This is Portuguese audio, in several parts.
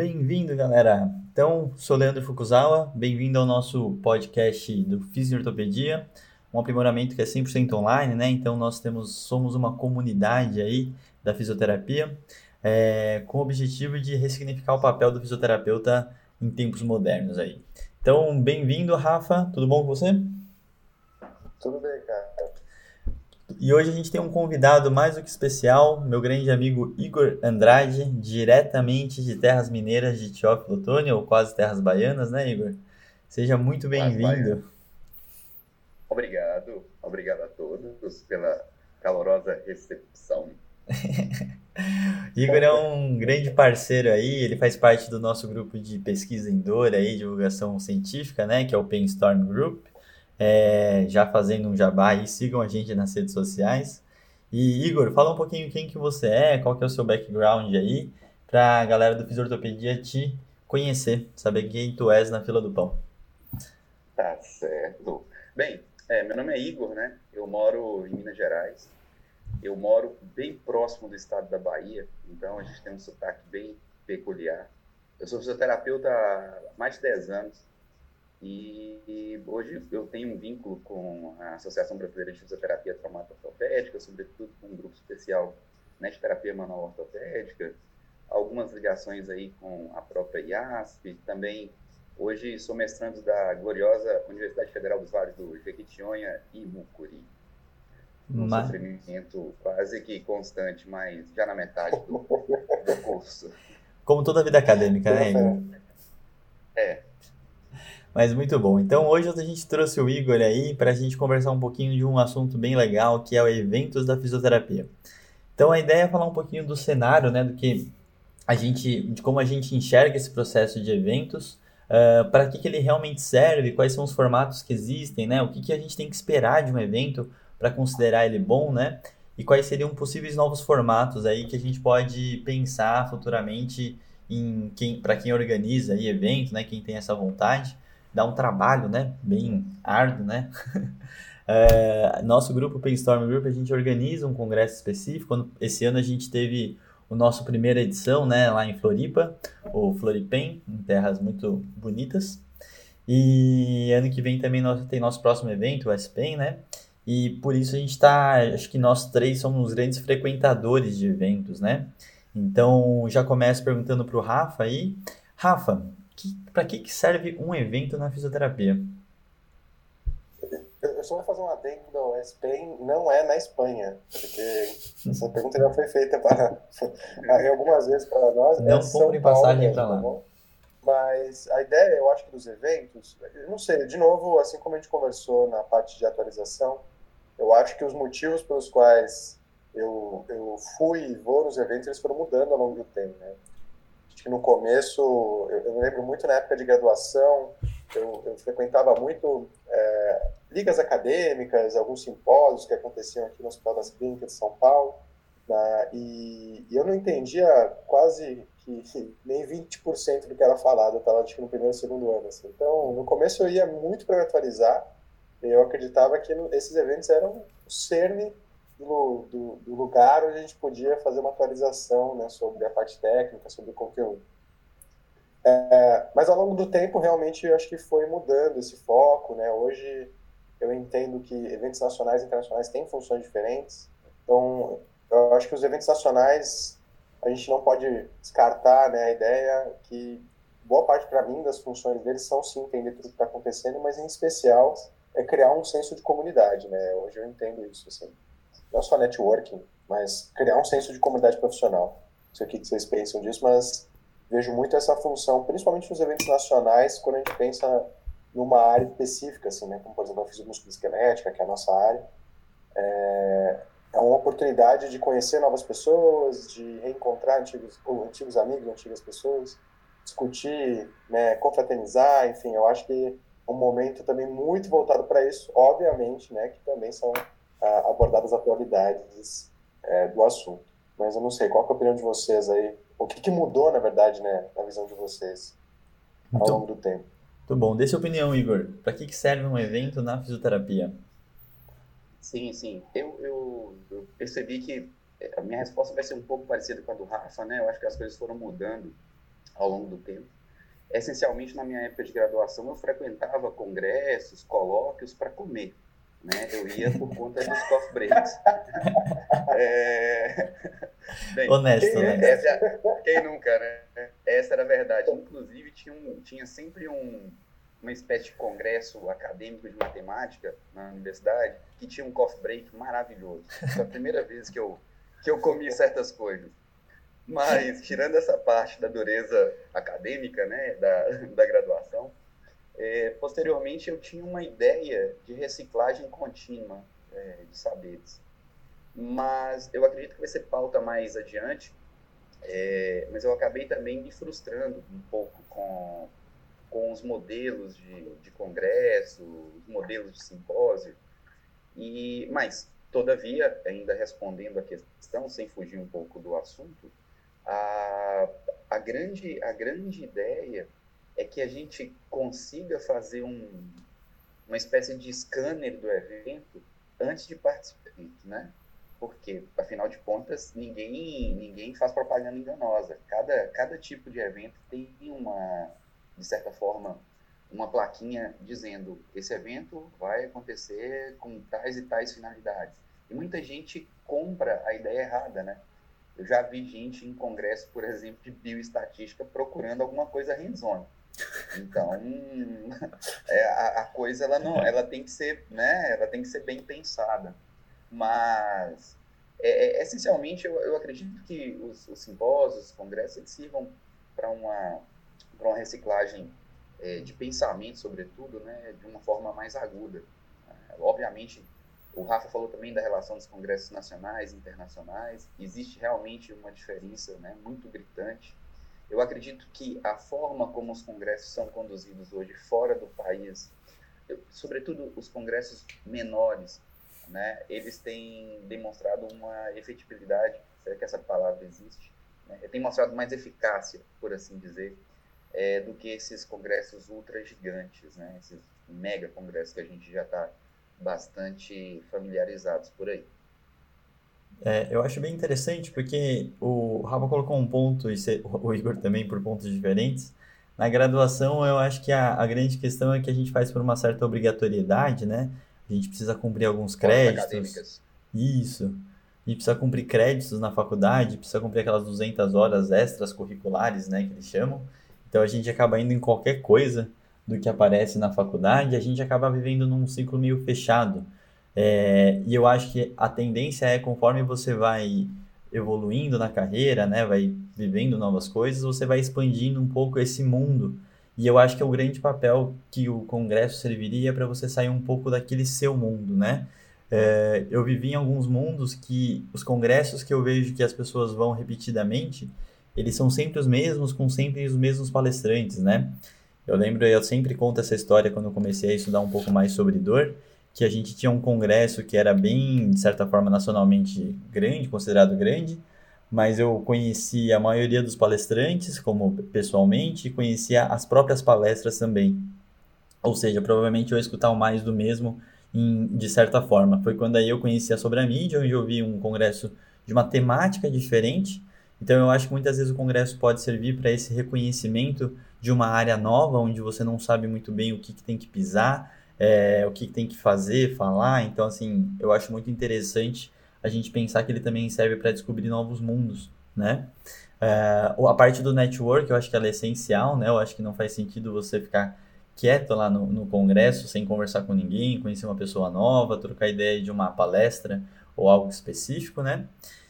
Bem-vindo, galera! Então, sou Leandro Fukuzawa, bem-vindo ao nosso podcast do Fisiortopedia, um aprimoramento que é 100% online, né? Então, somos uma comunidade aí da fisioterapia, com o objetivo de ressignificar o papel do fisioterapeuta em tempos modernos aí. Então, bem-vindo, Rafa, tudo bom com você? Tudo bem, cara. E hoje a gente tem um convidado mais do que especial, meu grande amigo Igor Andrade, diretamente de Terras Mineiras de Teófilo Otoni, ou quase Terras Baianas, né, Igor? Seja muito Quase baiano. bem-vindo. Obrigado a todos pela calorosa recepção. Igor é um grande parceiro aí, ele faz parte do nosso grupo de pesquisa em dor aí, divulgação científica, né, que é o Painstorm Group. Já fazendo um jabá aí, sigam a gente nas redes sociais. E Igor, fala um pouquinho quem que você é, qual que é o seu background aí, pra galera do Fisiortopedia te conhecer, saber quem tu és na fila do pão. Tá certo. Bem, meu nome é Igor, né? Eu moro em Minas Gerais. Eu moro bem próximo do estado da Bahia, então a gente tem um sotaque bem peculiar. Eu sou fisioterapeuta há mais de 10 anos e hoje eu tenho um vínculo com a Associação Brasileira de Fisioterapia Traumato-Ortopédica, sobretudo com um grupo especial de terapia manual ortopédica, algumas ligações aí com a própria IASP, também hoje sou mestrando da gloriosa Universidade Federal dos Vales do Jequitinhonha e Mucuri, num Mas, sofrimento quase que constante, mas já na metade do curso. como toda vida acadêmica, Tenho né, Igor? fé. É, Mas muito bom. Então hoje a gente trouxe o Igor aí para a gente conversar um pouquinho de um assunto bem legal, que é o eventos da fisioterapia. Então a ideia é falar um pouquinho do cenário, né, de como a gente enxerga esse processo de eventos, para que ele realmente serve, quais são os formatos que existem, né, o que a gente tem que esperar de um evento para considerar ele bom, né, e quais seriam possíveis novos formatos aí que a gente pode pensar futuramente para quem organiza aí evento, né, quem tem essa vontade, dá um trabalho, né, bem árduo, né. Nosso grupo Painstorm Group, a gente organiza um congresso específico. Esse ano a gente teve o nosso primeira edição, né, lá em Floripa, o Floripen, em terras muito bonitas. E ano que vem também tem nosso próximo evento, o SPEN, né? E por isso a gente está, acho que nós três somos os grandes frequentadores de eventos, né? Então já começo perguntando para o Rafa aí. Rafa, para que serve um evento na fisioterapia? eu só vou fazer um adendo ao Spain, não é na Espanha, porque essa pergunta já foi feita algumas vezes para nós, é Não São comprem Paulo passagem para mesmo, tá lá. bom? Mas a ideia, eu acho que dos eventos, eu não sei, de novo, assim como a gente conversou na parte de atualização, eu acho que os motivos pelos quais eu fui e vou nos eventos, eles foram mudando ao longo do tempo, né? Acho que no começo, eu me lembro muito na época de graduação, eu frequentava muito ligas acadêmicas, alguns simpósios que aconteciam aqui no Hospital das Clínicas de São Paulo, né? E eu não entendia quase que nem 20% do que era falado, eu estava no primeiro e segundo ano. Assim. Então, no começo eu ia muito para me atualizar, e eu acreditava que esses eventos eram o cerne do lugar onde a gente podia fazer uma atualização, né, sobre a parte técnica, sobre o conteúdo. Mas ao longo do tempo, realmente, eu acho que foi mudando esse foco, né? Hoje eu entendo que eventos nacionais e internacionais têm funções diferentes. Então, eu acho que os eventos nacionais, a gente não pode descartar, né, a ideia que boa parte, para mim, das funções deles são, sim, entender tudo que está acontecendo, mas, em especial, é criar um senso de comunidade, né? Hoje eu entendo isso, assim. Não só networking, mas criar um senso de comunidade profissional. Não sei o que vocês pensam disso, mas vejo muito essa função, principalmente nos eventos nacionais, quando a gente pensa numa área específica, assim, né? Como, por exemplo, a fisicomusculoesquelética, que é a nossa área. É uma oportunidade de conhecer novas pessoas, de reencontrar antigos amigos, antigas pessoas, discutir, né, confraternizar, enfim, eu acho que é um momento também muito voltado para isso, obviamente, né, que também são abordadas atualidades do assunto. Mas eu não sei, qual é a opinião de vocês aí? O que mudou, na verdade, né, na visão de vocês ao Muito, longo do tempo? muito bom. Dê sua opinião, Igor. Para que serve um evento na fisioterapia? Sim, sim. Eu percebi que a minha resposta vai ser um pouco parecida com a do Rafa, né? Eu acho que as coisas foram mudando. ao longo do tempo. Essencialmente, na minha época de graduação, eu frequentava congressos, colóquios para comer, né? Eu ia por conta dos coffee breaks. Bem, Honesto. Quem nunca, né? Essa era a verdade. Inclusive, tinha sempre uma espécie de congresso acadêmico de matemática na universidade que tinha um coffee break maravilhoso. Foi a primeira vez que eu comi certas coisas. Mas, tirando essa parte da dureza acadêmica, né, da graduação, posteriormente eu tinha uma ideia de reciclagem contínua de saberes. Mas eu acredito que vai ser pauta mais adiante, mas eu acabei também me frustrando um pouco com os modelos de congresso, os modelos de simpósio. Mas, todavia, ainda respondendo a questão, sem fugir um pouco do assunto, a grande ideia é que a gente consiga fazer uma espécie de scanner do evento antes de participar, né? Porque, afinal de contas, ninguém faz propaganda enganosa. Cada tipo de evento tem de certa forma, uma plaquinha dizendo: esse evento vai acontecer com tais e tais finalidades. E muita gente compra a ideia errada, né? Eu já vi gente em congresso, por exemplo, de bioestatística procurando alguma coisa hands-on. Então, a coisa ela tem que ser, né? Ela tem que ser bem pensada. Mas, essencialmente, eu acredito que os simpósios, os congressos, eles sirvam para uma reciclagem de pensamento, sobretudo, né? De uma forma mais aguda. Obviamente, o Rafa falou também da relação dos congressos nacionais e internacionais. Existe realmente uma diferença, né, muito gritante. Eu acredito que a forma como os congressos são conduzidos hoje fora do país, sobretudo os congressos menores, né, eles têm demonstrado uma efetividade, será que essa palavra existe? Né? Tem mostrado mais eficácia, por assim dizer, do que esses congressos ultra gigantes, né, esses mega congressos que a gente já está bastante familiarizados por aí. Eu acho bem interessante porque o Rafa colocou um ponto, e o Igor também, por pontos diferentes. Na graduação, eu acho que a grande questão é que a gente faz por uma certa obrigatoriedade, né? A gente precisa cumprir alguns créditos. Acadêmicas. Isso. A gente precisa cumprir créditos na faculdade, precisa cumprir aquelas 200 horas extras curriculares, né, que eles chamam. Então a gente acaba indo em qualquer coisa do que aparece na faculdade, a gente acaba vivendo num ciclo meio fechado. E eu acho que a tendência é, conforme você vai evoluindo na carreira, né, vai vivendo novas coisas, você vai expandindo um pouco esse mundo. E eu acho que é o grande papel que o congresso serviria para você sair um pouco daquele seu mundo, né? Eu vivi em alguns mundos que os congressos que eu vejo que as pessoas vão repetidamente, eles são sempre os mesmos, com sempre os mesmos palestrantes, né? Eu sempre conto essa história quando eu comecei a estudar um pouco mais sobre dor, que a gente tinha um congresso que era bem, de certa forma, nacionalmente grande, considerado grande, mas eu conhecia a maioria dos palestrantes, como pessoalmente, e conhecia as próprias palestras também. Ou seja, provavelmente eu ia escutar o mais do mesmo, de certa forma. Foi quando aí eu conhecia sobre a mídia, onde eu vi um congresso de uma temática diferente. Então eu acho que muitas vezes o congresso pode servir para esse reconhecimento de uma área nova, onde você não sabe muito bem o que tem que pisar, o que tem que fazer, falar. Então, assim, eu acho muito interessante a gente pensar que ele também serve para descobrir novos mundos, né? A parte do network, eu acho que ela é essencial, né? Eu acho que não faz sentido você ficar quieto lá no congresso, sem conversar com ninguém, conhecer uma pessoa nova, trocar ideia de uma palestra ou algo específico, né?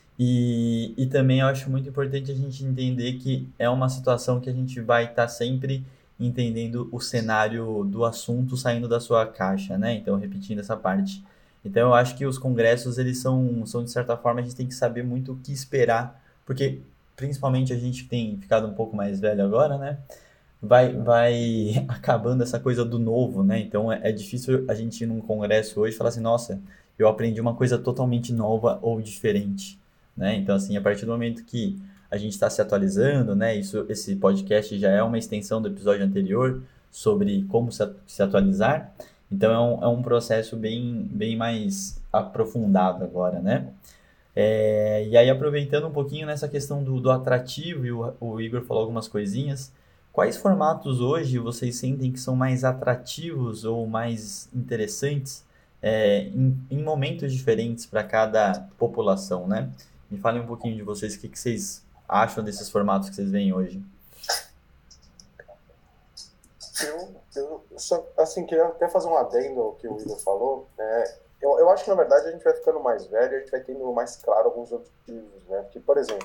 E também eu acho muito importante a gente entender que é uma situação que a gente vai estar sempre entendendo o cenário do assunto saindo da sua caixa, né? Então, repetindo essa parte. Então, eu acho que os congressos, eles são de certa forma, a gente tem que saber muito o que esperar, porque, principalmente a gente que tem ficado um pouco mais velho agora, né? Vai acabando essa coisa do novo, né? Então, é difícil a gente ir num congresso hoje e falar assim, nossa, eu aprendi uma coisa totalmente nova ou diferente, né? Então, assim, a partir do momento que a gente está se atualizando, né? Esse podcast já é uma extensão do episódio anterior sobre como se atualizar. Então, é um processo bem mais aprofundado agora, né? E aí, aproveitando um pouquinho nessa questão do atrativo, e o Igor falou algumas coisinhas, quais formatos hoje vocês sentem que são mais atrativos ou mais interessantes em momentos diferentes para cada população, né? Me falem um pouquinho de vocês, o que vocês acham desses formatos que vocês veem hoje? Eu só, assim, queria até fazer um adendo ao que o Igor falou. Eu acho que, na verdade, a gente vai ficando mais velho e a gente vai tendo mais claro alguns objetivos, né? Porque, por exemplo,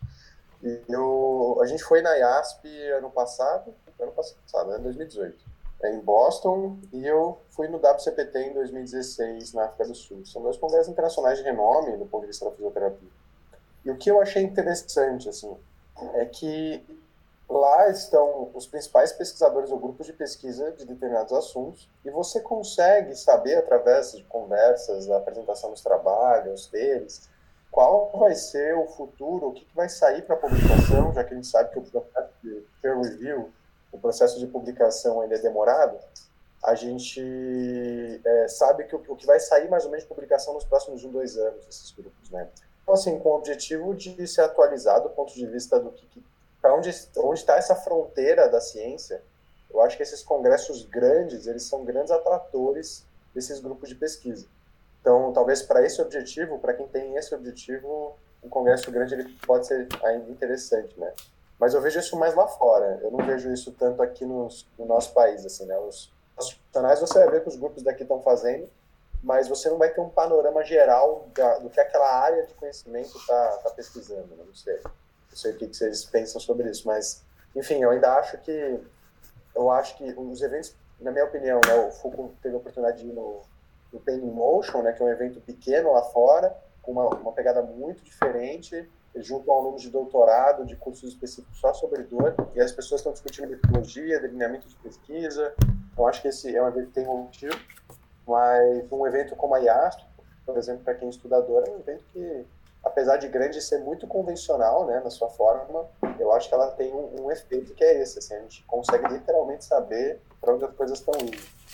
a gente foi na IASP ano passado, né, em 2018, em Boston, e eu fui no WCPT em 2016, na África do Sul. São dois congressos internacionais de renome do ponto de vista da fisioterapia. E o que eu achei interessante, assim, é que lá estão os principais pesquisadores ou grupos de pesquisa de determinados assuntos, e você consegue saber, através de conversas, da apresentação dos trabalhos deles, qual vai ser o futuro, o que vai sair para a publicação, já que a gente sabe que o processo de peer review, o processo de publicação ainda é demorado, a gente sabe que o que vai sair mais ou menos de publicação nos próximos 2 anos, esses grupos, né? Então, assim, com o objetivo de se atualizar do ponto de vista do que para onde está essa fronteira da ciência, eu acho que esses congressos grandes, eles são grandes atratores desses grupos de pesquisa. Então, talvez para esse objetivo, para quem tem esse objetivo, um congresso grande ele pode ser ainda interessante, né? Mas eu vejo isso mais lá fora. Eu não vejo isso tanto aqui no nosso país, assim, né? Os profissionais você vai ver que os grupos daqui estão fazendo, mas você não vai ter um panorama geral do que aquela área de conhecimento está pesquisando, né? Não sei o que vocês pensam sobre isso, mas, enfim, eu ainda acho que os eventos, na minha opinião, né, o Foucault teve a oportunidade de ir no Pain in Motion, né, que é um evento pequeno lá fora, com uma pegada muito diferente, junto a alunos de doutorado, de cursos específicos só sobre dor, e as pessoas estão discutindo metodologia, delineamento de pesquisa. Eu acho que esse é um evento que tem um motivo, mas um evento como a IASP, por exemplo, para quem é estudador, é um evento que, apesar de grande ser muito convencional, né, na sua forma, eu acho que ela tem um efeito que é esse, assim, a gente consegue literalmente saber para onde as coisas estão indo.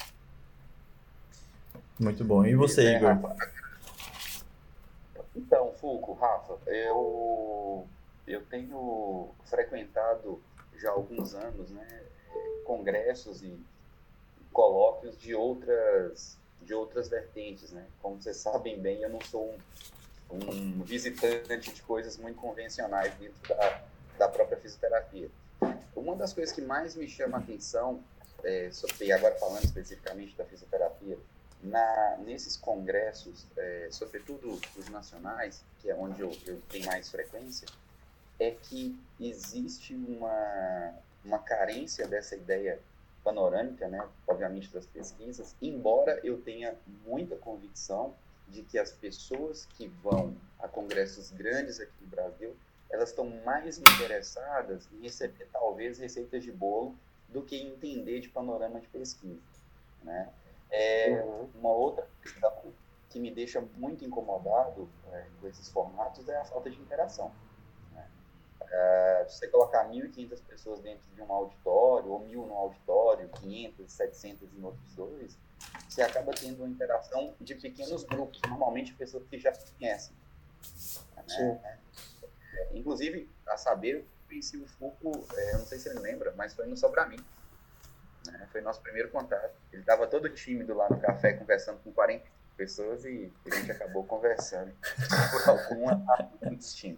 Muito bom. E você, Igor? Então, Fulco, Rafa, eu tenho frequentado já há alguns anos, né, congressos e colóquios de outras vertentes, né? Como vocês sabem bem, eu não sou um visitante de coisas muito convencionais dentro da própria fisioterapia. Uma das coisas que mais me chama a atenção, e agora falando especificamente da fisioterapia, nesses congressos, sobretudo os nacionais, que é onde eu tenho mais frequência, é que existe uma carência dessa ideia panorâmica, né, obviamente das pesquisas, embora eu tenha muita convicção de que as pessoas que vão a congressos grandes aqui no Brasil, elas estão mais interessadas em receber, talvez, receitas de bolo do que em entender de panorama de pesquisa, né? Uma outra questão que me deixa muito incomodado com esses formatos é a falta de interação, né? Se você colocar 1.500 pessoas dentro de um auditório, ou 1.000 no auditório, 500, 700 em outros dois, você acaba tendo uma interação de pequenos grupos, normalmente pessoas que já se conhecem, né? Inclusive, a saber, eu conheci o Foucault, eu não sei se ele lembra, mas foi no Sobramin, né? Foi nosso primeiro contato. Ele estava todo tímido lá no café, conversando com 40 pessoas, e a gente acabou conversando por alguma razão distinta.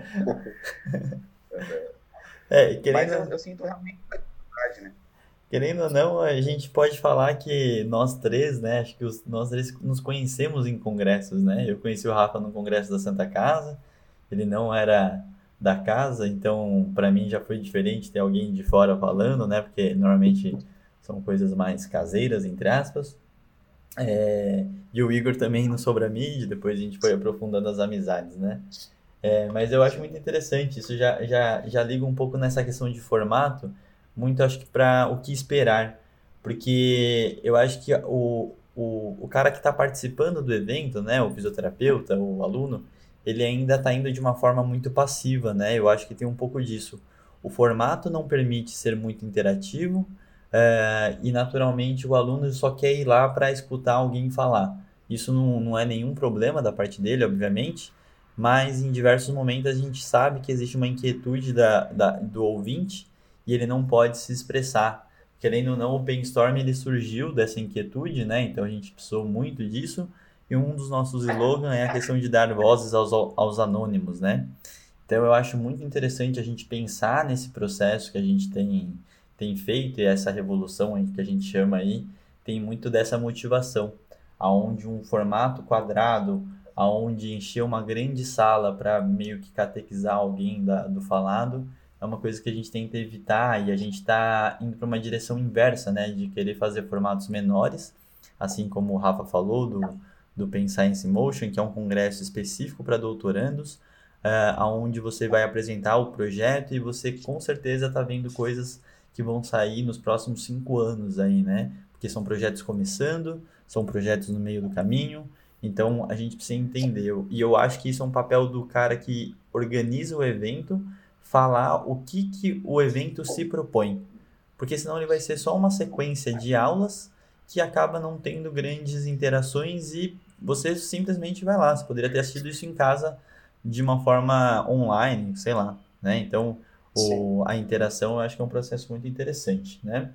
Mas eu sinto realmente vontade, né? Querendo ou não, a gente pode falar que nós três, né? Acho que nós três nos conhecemos em congressos, né? Eu conheci o Rafa no congresso da Santa Casa, ele não era da casa, então para mim já foi diferente ter alguém de fora falando, né? Porque normalmente são coisas mais caseiras, entre aspas. E o Igor também no Sobramid, depois a gente foi aprofundando as amizades, né? Mas eu acho muito interessante, isso já liga um pouco nessa questão de formato, muito acho que para o que esperar, porque eu acho que o cara que está participando do evento, né, o fisioterapeuta, o aluno, ele ainda está indo de uma forma muito passiva, né? Eu acho que tem um pouco disso. O formato não permite ser muito interativo, e naturalmente o aluno só quer ir lá para escutar alguém falar. Isso não é nenhum problema da parte dele, obviamente, mas em diversos momentos a gente sabe que existe uma inquietude do ouvinte e ele não pode se expressar. Querendo ou não, o Brainstorm ele surgiu dessa inquietude, né? Então a gente precisou muito disso. E um dos nossos slogans é a questão de dar vozes aos anônimos, né? Então eu acho muito interessante a gente pensar nesse processo que a gente tem feito e essa revolução aí que a gente chama aí, tem muito dessa motivação, aonde um formato quadrado, aonde encher uma grande sala para meio que catequizar alguém do falado, é uma coisa que a gente tenta evitar e a gente está indo para uma direção inversa, né, de querer fazer formatos menores, assim como o Rafa falou do Pen Science Motion, que é um congresso específico para doutorandos, aonde você vai apresentar o projeto e você com certeza está vendo coisas que vão sair nos próximos 5 anos aí, né? Porque são projetos começando, são projetos no meio do caminho, então a gente precisa entender. E eu acho que isso é um papel do cara que organiza o evento, falar o que o evento se propõe. Porque senão ele vai ser só uma sequência de aulas que acaba não tendo grandes interações e você simplesmente vai lá. Você poderia ter assistido isso em casa de uma forma online, sei lá, né? Então, a interação eu acho que é um processo muito interessante, né?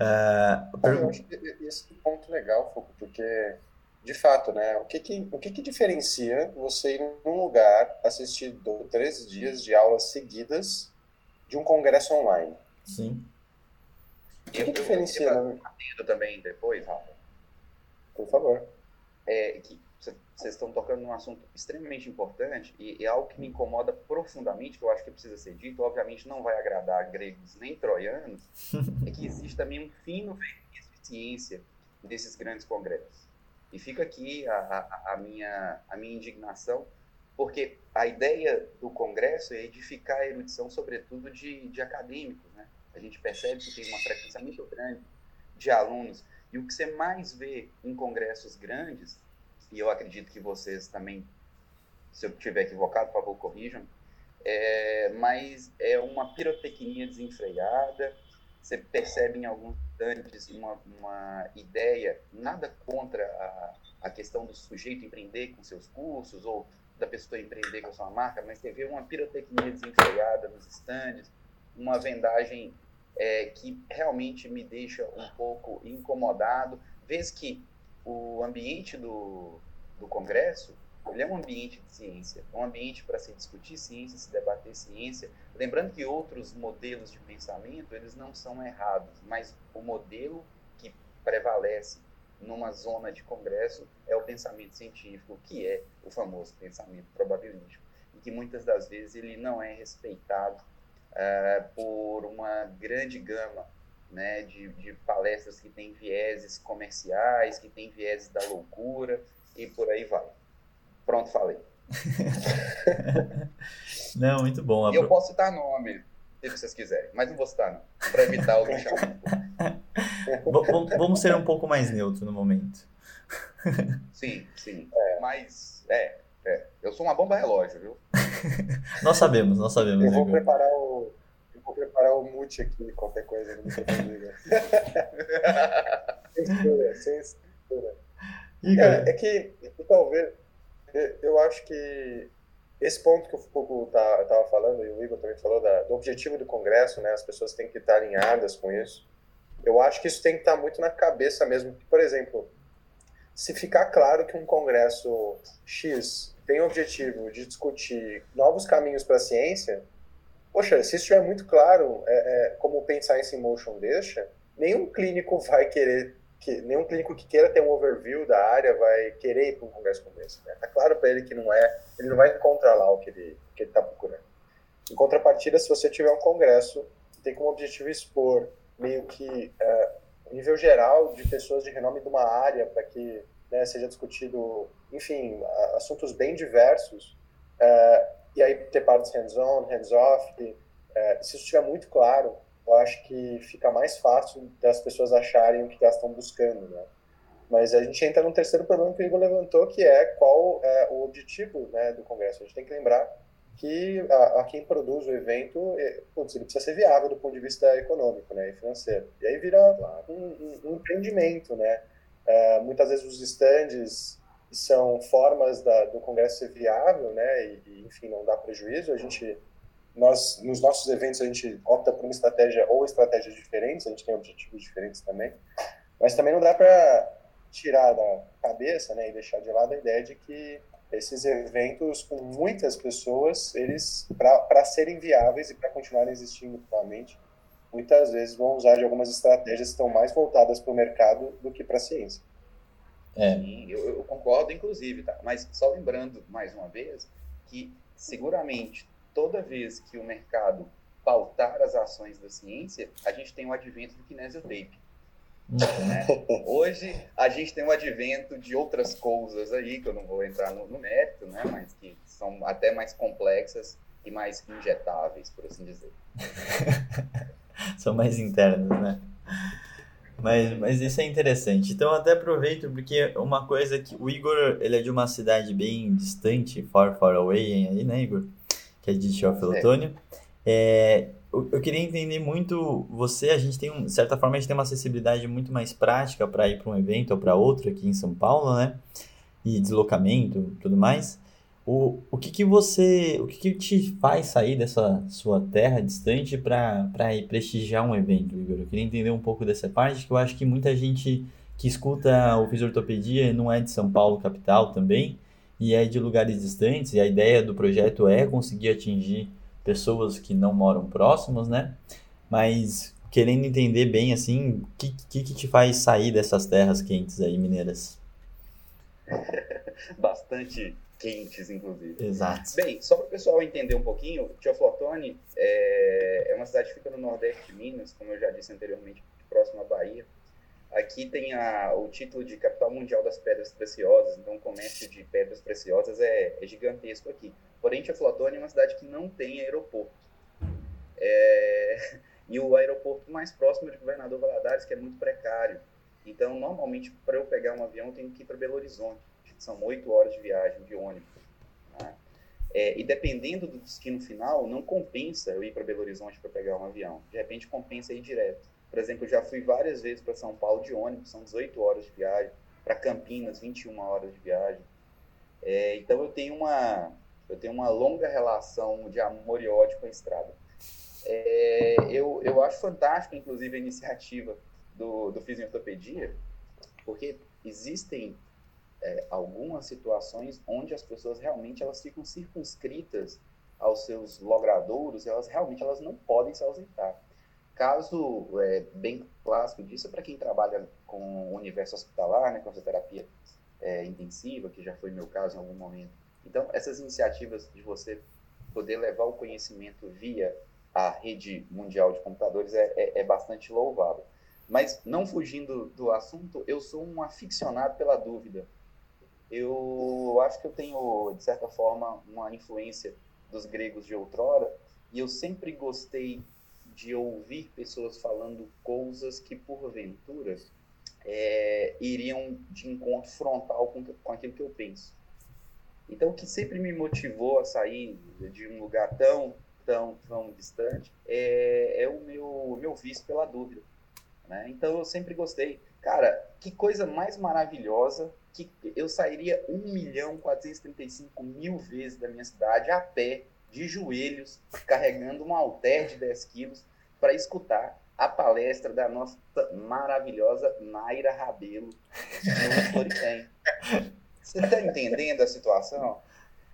Eu acho que esse é um ponto legal, Foucault, porque, de fato, né, o que diferencia você ir num lugar assistir 13 dias de aulas seguidas de um congresso online? Sim. O que diferencia? Eu também depois, Rafa. Por favor. Que vocês estão tocando num assunto extremamente importante e é algo que me incomoda profundamente, que eu acho que precisa ser dito, obviamente não vai agradar gregos nem troianos, é que existe também um fino verniz de ciência nesses grandes congressos. E fica aqui a minha indignação, porque a ideia do congresso é edificar a erudição, sobretudo de acadêmicos, né? A gente percebe que tem uma frequência muito grande de alunos. E o que você mais vê em congressos grandes, e eu acredito que vocês também, se eu estiver equivocado, por favor, corrijam, mas é uma pirotecnia desenfreada. Você percebe em alguns estudantes uma ideia, nada contra a questão do sujeito empreender com seus cursos, ou da pessoa empreender com a sua marca, mas você vê uma pirotecnia desenfreada nos estandes, uma vendagem que realmente me deixa um pouco incomodado, vez que o ambiente do congresso, ele é um ambiente de ciência, é um ambiente para se discutir ciência, se debater ciência, lembrando que outros modelos de pensamento, eles não são errados, mas o modelo que prevalece numa zona de congresso é o pensamento científico, que é o famoso pensamento probabilístico, e que muitas das vezes ele não é respeitado por uma grande gama, né, de palestras que têm vieses comerciais, que têm vieses da loucura, e por aí vai. Pronto, falei. Não, muito bom. E eu posso citar nome, se vocês quiserem, mas não vou citar não, para evitar o lixamento. Vamos ser um pouco mais neutro no momento. Sim. Mas, eu sou uma bomba relógio, viu? Nós sabemos. Eu vou preparar o mute aqui, qualquer coisa no microfone. Sem censura. É que, talvez, eu acho que esse ponto que o Foucault estava falando, e o Igor também falou, do objetivo do Congresso, né, as pessoas têm que estar alinhadas com isso. Eu acho que isso tem que estar muito na cabeça mesmo. Por exemplo, se ficar claro que um Congresso X tem o objetivo de discutir novos caminhos para a ciência, poxa, se isso estiver muito claro, como o Pen Science Motion deixa, nenhum clínico nenhum clínico que queira ter um overview da área vai querer ir para um congresso como esse. Né? Tá claro para ele que ele não vai encontrar lá o que ele está procurando. Em contrapartida, se você tiver um congresso que tem como objetivo expor meio que o nível geral de pessoas de renome de uma área para que, né, seja discutido, enfim, assuntos bem diversos, e aí ter partes hands-on, hands-off, se isso estiver muito claro, eu acho que fica mais fácil das pessoas acharem o que elas estão buscando, né? Mas a gente entra num terceiro problema que o Igor levantou, que é qual é o objetivo, né, do Congresso. A gente tem que lembrar que a quem produz o evento, ele precisa ser viável do ponto de vista econômico, né, e financeiro. E aí vira um empreendimento, né? Muitas vezes os stands são formas do Congresso ser viável, né, e enfim, não dar prejuízo. Nos nossos eventos, a gente opta por uma estratégia ou estratégias diferentes, a gente tem objetivos diferentes também, mas também não dá para tirar da cabeça, né, e deixar de lado a ideia de que esses eventos com muitas pessoas, eles, para serem viáveis e para continuarem existindo atualmente, muitas vezes vão usar de algumas estratégias que estão mais voltadas para o mercado do que para a ciência. Sim, eu concordo, inclusive, tá? Mas só lembrando, mais uma vez, que seguramente toda vez que o mercado pautar as ações da ciência, a gente tem o advento do kinesiotape. Né? Hoje a gente tem o advento de outras coisas aí, que eu não vou entrar no mérito, né? Mas que são até mais complexas e mais injetáveis, por assim dizer. São mais internas, né? Mas isso é interessante. Então, até aproveito, porque uma coisa que o Igor, ele é de uma cidade bem distante, far, far away, aí, né, Igor? Que é de Teófilo eu queria entender muito você, a gente tem, de certa forma, a gente tem uma acessibilidade muito mais prática para ir para um evento ou para outro aqui em São Paulo, né? E deslocamento, tudo mais. O que que te faz sair dessa sua terra distante para ir prestigiar um evento, Igor? Eu queria entender um pouco dessa parte, que eu acho que muita gente que escuta o Fisiortopedia não é de São Paulo capital também, e é de lugares distantes, e a ideia do projeto é conseguir atingir pessoas que não moram próximos, né? Mas querendo entender bem, assim, o que te faz sair dessas terras quentes aí, mineiras? Bastante quentes, inclusive. Exato. Bem, só para o pessoal entender um pouquinho, Teoflotone é uma cidade que fica no nordeste de Minas, como eu já disse anteriormente, próximo à Bahia. Aqui tem o título de capital mundial das pedras preciosas, então o comércio de pedras preciosas é gigantesco aqui. Porém, Teoflotone é uma cidade que não tem aeroporto. E o aeroporto mais próximo é de Governador Valadares, que é muito precário. Então, normalmente, para eu pegar um avião, eu tenho que ir para Belo Horizonte. São 8 horas de viagem de ônibus. Né? E dependendo do destino final, não compensa eu ir para Belo Horizonte para pegar um avião. De repente, compensa ir direto. Por exemplo, eu já fui várias vezes para São Paulo de ônibus, são 18 horas de viagem. Para Campinas, 21 horas de viagem. Então, eu tenho uma longa relação de amor e ódio com a estrada. Eu acho fantástico, inclusive, a iniciativa do Fisiortopedia, porque existem algumas situações onde as pessoas realmente elas ficam circunscritas aos seus logradouros, elas não podem se ausentar. Caso bem clássico disso é para quem trabalha com o universo hospitalar, né, com a fisioterapia intensiva, que já foi meu caso em algum momento. Então, essas iniciativas de você poder levar o conhecimento via a rede mundial de computadores é bastante louvável. Mas, não fugindo do assunto, eu sou um aficionado pela dúvida. Eu acho que eu tenho, de certa forma, uma influência dos gregos de outrora, e eu sempre gostei de ouvir pessoas falando coisas que, porventura, iriam de encontro frontal com aquilo que eu penso. Então, o que sempre me motivou a sair de um lugar tão distante é o meu vício pela dúvida. Né? Então, eu sempre gostei. Cara, que coisa mais maravilhosa que eu sairia 1.435.000 vezes da minha cidade a pé, de joelhos, carregando um halter de 10 quilos para escutar a palestra da nossa maravilhosa Naira Rabelo no Floritem. Você está entendendo a situação?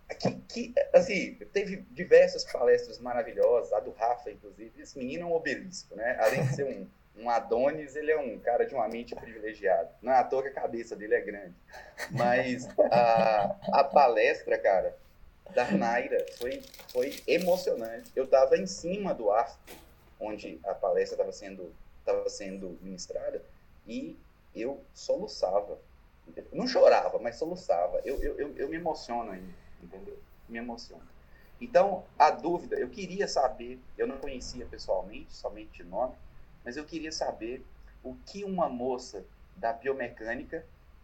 Assim, teve diversas palestras maravilhosas, a do Rafa, inclusive. Esse menino é um obelisco, né? Além de ser um Adonis, ele é um cara de uma mente privilegiada. Não é à toa que a cabeça dele é grande. Mas a palestra, cara, da Naira foi emocionante. Eu estava em cima do arco, onde a palestra estava sendo ministrada, e eu soluçava. Não chorava, mas soluçava. Eu me emociono ainda, entendeu? Me emociono. Então, a dúvida, eu queria saber, eu não conhecia pessoalmente, somente de nome, mas eu queria saber o que uma moça da biomecânica,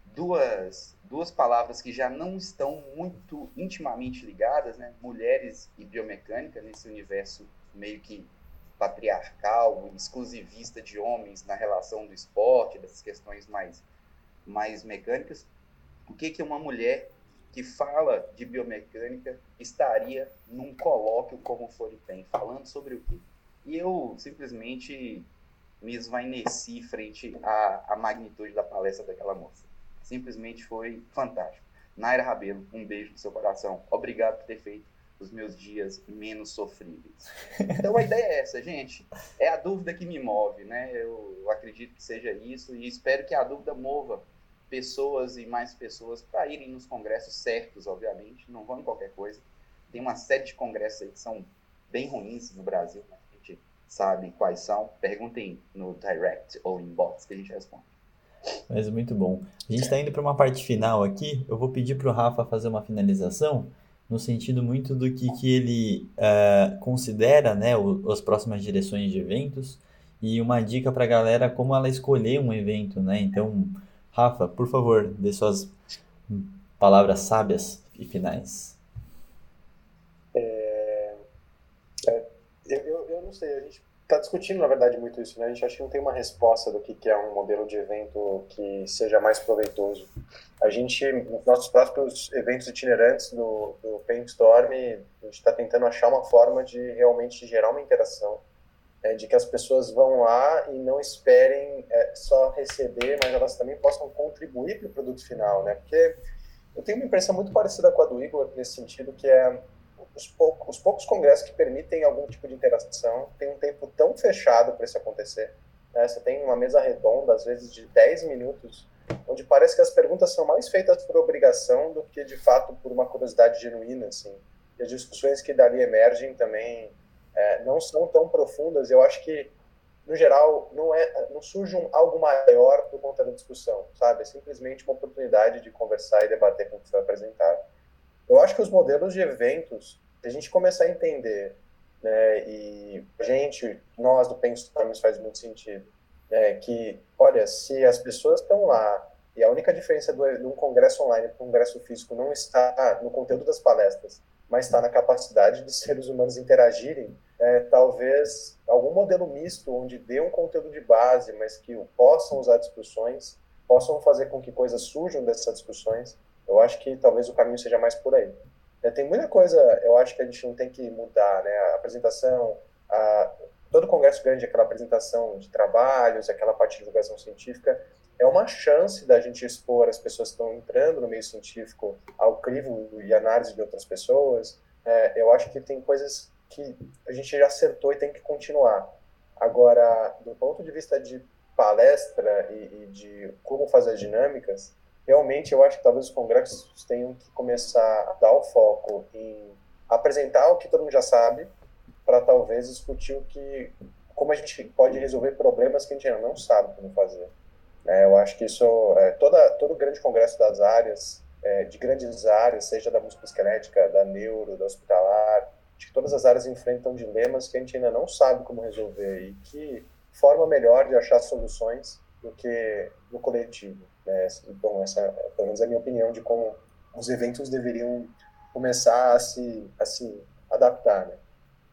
duas palavras que já não estão muito intimamente ligadas, né? Mulheres e biomecânica, nesse universo meio que patriarcal, exclusivista de homens na relação do esporte, dessas questões mais mecânicas, o que uma mulher que fala de biomecânica estaria num colóquio como o Floripen, falando sobre o quê? E eu simplesmente me esvaineci frente à magnitude da palestra daquela moça. Simplesmente foi fantástico. Naira Rabelo, um beijo no seu coração. Obrigado por ter feito os meus dias menos sofríveis. Então a ideia é essa, gente. É a dúvida que me move, né? Eu acredito que seja isso e espero que a dúvida mova pessoas e mais pessoas para irem nos congressos certos, obviamente. Não vão em qualquer coisa. Tem uma série de congressos aí que são bem ruins no Brasil, né? A gente sabe quais são. Perguntem no direct ou inbox que a gente responde. Mas muito bom. A gente está indo para uma parte final aqui. Eu vou pedir para o Rafa fazer uma finalização no sentido muito do que ele considera, né, as próximas direções de eventos e uma dica para a galera como ela escolher um evento, né? Então, Rafa, por favor, dê suas palavras sábias e finais. Eu não sei, a gente está discutindo, na verdade, muito isso, né? A gente acha que não tem uma resposta do que é um modelo de evento que seja mais proveitoso. A gente, nos nossos próprios eventos itinerantes do Paintstorm, a gente está tentando achar uma forma de realmente gerar uma interação, de que as pessoas vão lá e não esperem só receber, mas elas também possam contribuir para o produto final, né? Porque eu tenho uma impressão muito parecida com a do Igor nesse sentido, que é os poucos congressos que permitem algum tipo de interação tem um tempo tão fechado para isso acontecer, né? Você tem uma mesa redonda, às vezes de 10 minutos, onde parece que as perguntas são mais feitas por obrigação do que, de fato, por uma curiosidade genuína, assim. E as discussões que dali emergem também não são tão profundas. Eu acho que, no geral, não surge algo maior por conta da discussão, sabe? É simplesmente uma oportunidade de conversar e debater com o que foi apresentado. Eu acho que os modelos de eventos, se a gente começar a entender, né, e nós do Paintstorm, isso faz muito sentido, que, olha, se as pessoas estão lá e a única diferença de um congresso online para um congresso físico não está no conteúdo das palestras, mas está na capacidade de seres humanos interagirem, talvez algum modelo misto onde dê um conteúdo de base, mas que possam usar discussões, possam fazer com que coisas surjam dessas discussões. Eu acho que talvez o caminho seja mais por aí. Tem muita coisa, eu acho que a gente não tem que mudar, né? A apresentação, todo congresso grande, aquela apresentação de trabalhos, aquela parte de divulgação científica, é uma chance da gente expor as pessoas que estão entrando no meio científico ao crivo e análise de outras pessoas. Eu acho que tem coisas que a gente já acertou e tem que continuar. Agora, do ponto de vista de palestra e de como fazer as dinâmicas, realmente eu acho que talvez os congressos tenham que começar a dar o foco em apresentar o que todo mundo já sabe, para talvez discutir como a gente pode resolver problemas que a gente ainda não sabe como fazer. Eu acho que isso todo grande congresso das áreas, de grandes áreas, seja da musculoesquelética, da neuro, da hospitalar, acho que todas as áreas enfrentam dilemas que a gente ainda não sabe como resolver e que forma melhor de achar soluções do que no coletivo, né? Então, essa, pelo menos, é a minha opinião de como os eventos deveriam começar a se adaptar, né?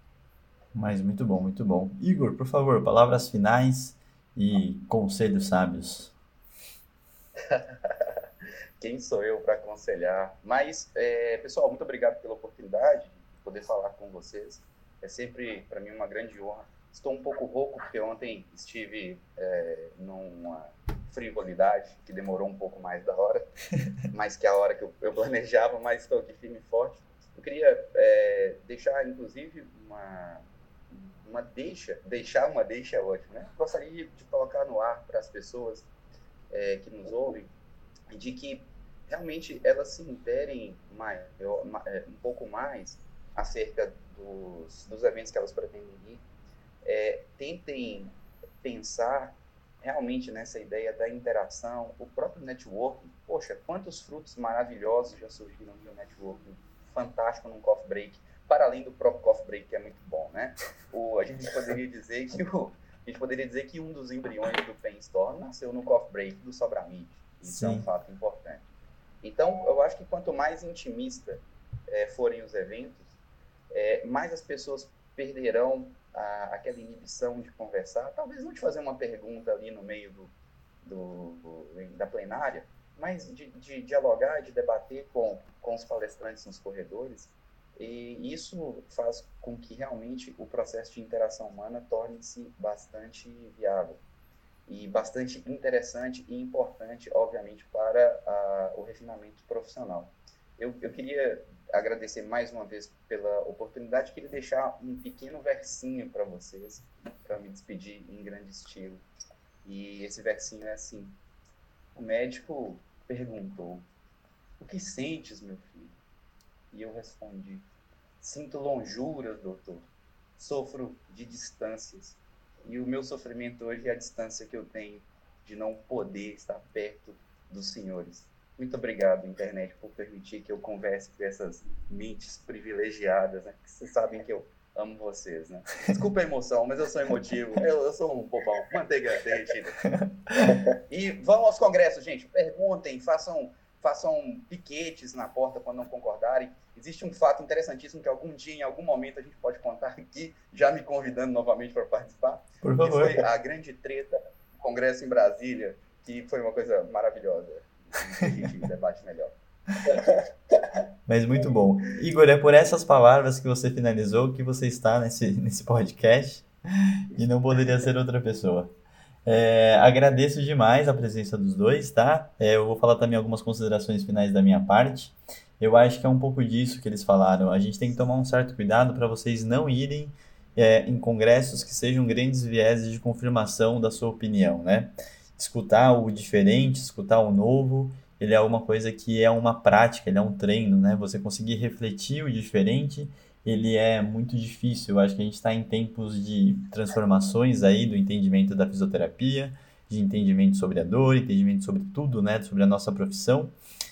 Mas muito bom, muito bom. Igor, por favor, palavras finais e conselhos sábios. Quem sou eu para aconselhar? Mas, pessoal, muito obrigado pela oportunidade de poder falar com vocês. É sempre, para mim, uma grande honra. Estou um pouco rouco, porque ontem estive numa frivolidade que demorou um pouco mais da hora, mais que a hora que eu planejava, mas estou aqui firme e forte. Eu queria deixar, inclusive, deixar uma deixa é ótimo, né? Gostaria de colocar no ar para as pessoas que nos ouvem, de que realmente elas se interem um pouco mais acerca dos eventos que elas pretendem ir, tentem pensar realmente nessa ideia da interação, o próprio networking. Poxa, quantos frutos maravilhosos já surgiram de um networking fantástico num coffee break, para além do próprio coffee break, que é muito bom, né? A gente poderia dizer que um dos embriões do Paintstorm nasceu no coffee break do Sobramite. Isso é um fato importante. Então, eu acho que quanto mais intimista forem os eventos, mais as pessoas perderão aquela inibição de conversar, talvez não de fazer uma pergunta ali no meio da plenária, mas de dialogar, de debater com os palestrantes nos corredores, e isso faz com que realmente o processo de interação humana torne-se bastante viável e bastante interessante e importante, obviamente, para o refinamento profissional. Eu queria agradecer mais uma vez pela oportunidade, queria deixar um pequeno versinho para vocês, para me despedir em grande estilo. E esse versinho é assim: o médico perguntou: o que sentes, meu filho? E eu respondi: sinto lonjuras, doutor. Sofro de distâncias. E o meu sofrimento hoje é a distância que eu tenho de não poder estar perto dos senhores. Muito obrigado, internet, por permitir que eu converse com essas mentes privilegiadas, né? Que vocês sabem que eu amo vocês, né? Desculpa a emoção, mas eu sou emotivo. Eu sou um bobão. Manteiga derretida. E vão aos congressos, gente. Perguntem, façam piquetes na porta quando não concordarem. Existe um fato interessantíssimo que algum dia, em algum momento, a gente pode contar aqui, já me convidando novamente para participar. Por favor. Que foi a grande treta do congresso em Brasília, que foi uma coisa maravilhosa. A gente debate melhor. Mas muito bom. Igor, é por essas palavras que você finalizou que você está nesse podcast e não poderia ser outra pessoa. Agradeço demais a presença dos dois, tá? Eu vou falar também algumas considerações finais da minha parte. Eu acho que é um pouco disso que eles falaram. A gente tem que tomar um certo cuidado para vocês não irem em congressos que sejam grandes vieses de confirmação da sua opinião, né? Escutar o diferente, escutar o novo, ele é uma coisa que é uma prática, ele é um treino, né? Você conseguir refletir o diferente, ele é muito difícil. Eu acho que a gente está em tempos de transformações aí do entendimento da fisioterapia, de entendimento sobre a dor, entendimento sobre tudo, né? Sobre a nossa profissão.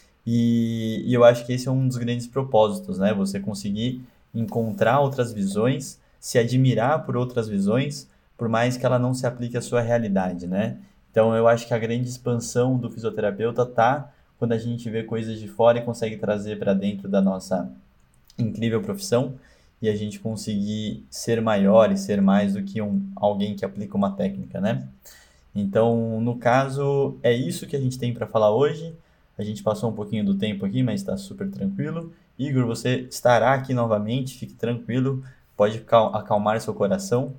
E eu acho que esse é um dos grandes propósitos, né? Você conseguir encontrar outras visões, se admirar por outras visões, por mais que ela não se aplique à sua realidade, né? Então, eu acho que a grande expansão do fisioterapeuta está quando a gente vê coisas de fora e consegue trazer para dentro da nossa incrível profissão e a gente conseguir ser maior e ser mais do que alguém que aplica uma técnica, né? Então, no caso, é isso que a gente tem para falar hoje. A gente passou um pouquinho do tempo aqui, mas está super tranquilo. Igor, você estará aqui novamente, fique tranquilo, pode acalmar seu coração.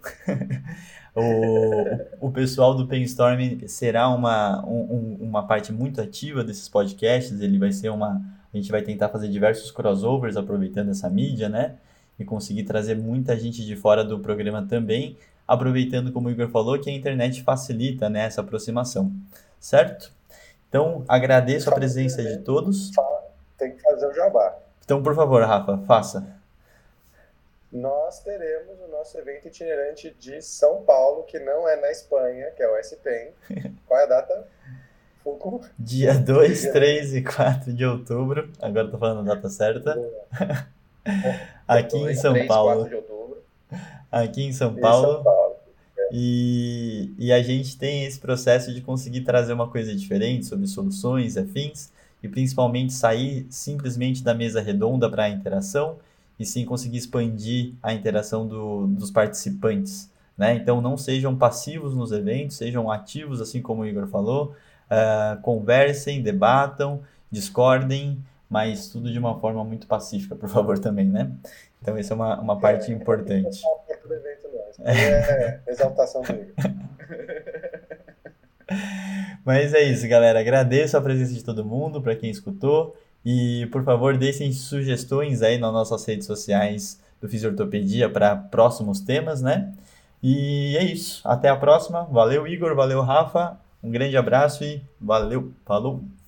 O pessoal do Painstorm será uma parte muito ativa desses podcasts. Ele vai ser a gente vai tentar fazer diversos crossovers aproveitando essa mídia, né? E conseguir trazer muita gente de fora do programa também, aproveitando, como o Igor falou, que a internet facilita, né, essa aproximação, certo? Então, agradeço a presença de todos. Tem que fazer o jabá. Então, por favor, Rafa, faça. Nós teremos o nosso evento itinerante de São Paulo, que não é na Espanha, que é o SPEN. Qual é a data? Fuku? Dia 2, 3 e 4 de outubro. Agora estou falando a data certa. Aqui em São Paulo. 4 de outubro. Aqui em São Paulo. E a gente tem esse processo de conseguir trazer uma coisa diferente sobre soluções, afins, e principalmente sair simplesmente da mesa redonda para a interação, e sim conseguir expandir a interação dos participantes, né? Então não sejam passivos nos eventos, sejam ativos, assim como o Igor falou, conversem, debatam, discordem, mas tudo de uma forma muito pacífica, por favor, também, né? Então essa é uma parte importante. Exaltação do Igor. Mas é isso, galera. Agradeço a presença de todo mundo, para quem escutou. E, por favor, deixem sugestões aí nas nossas redes sociais do Fisiortopedia para próximos temas, né? E é isso. Até a próxima. Valeu, Igor. Valeu, Rafa. Um grande abraço e valeu. Falou.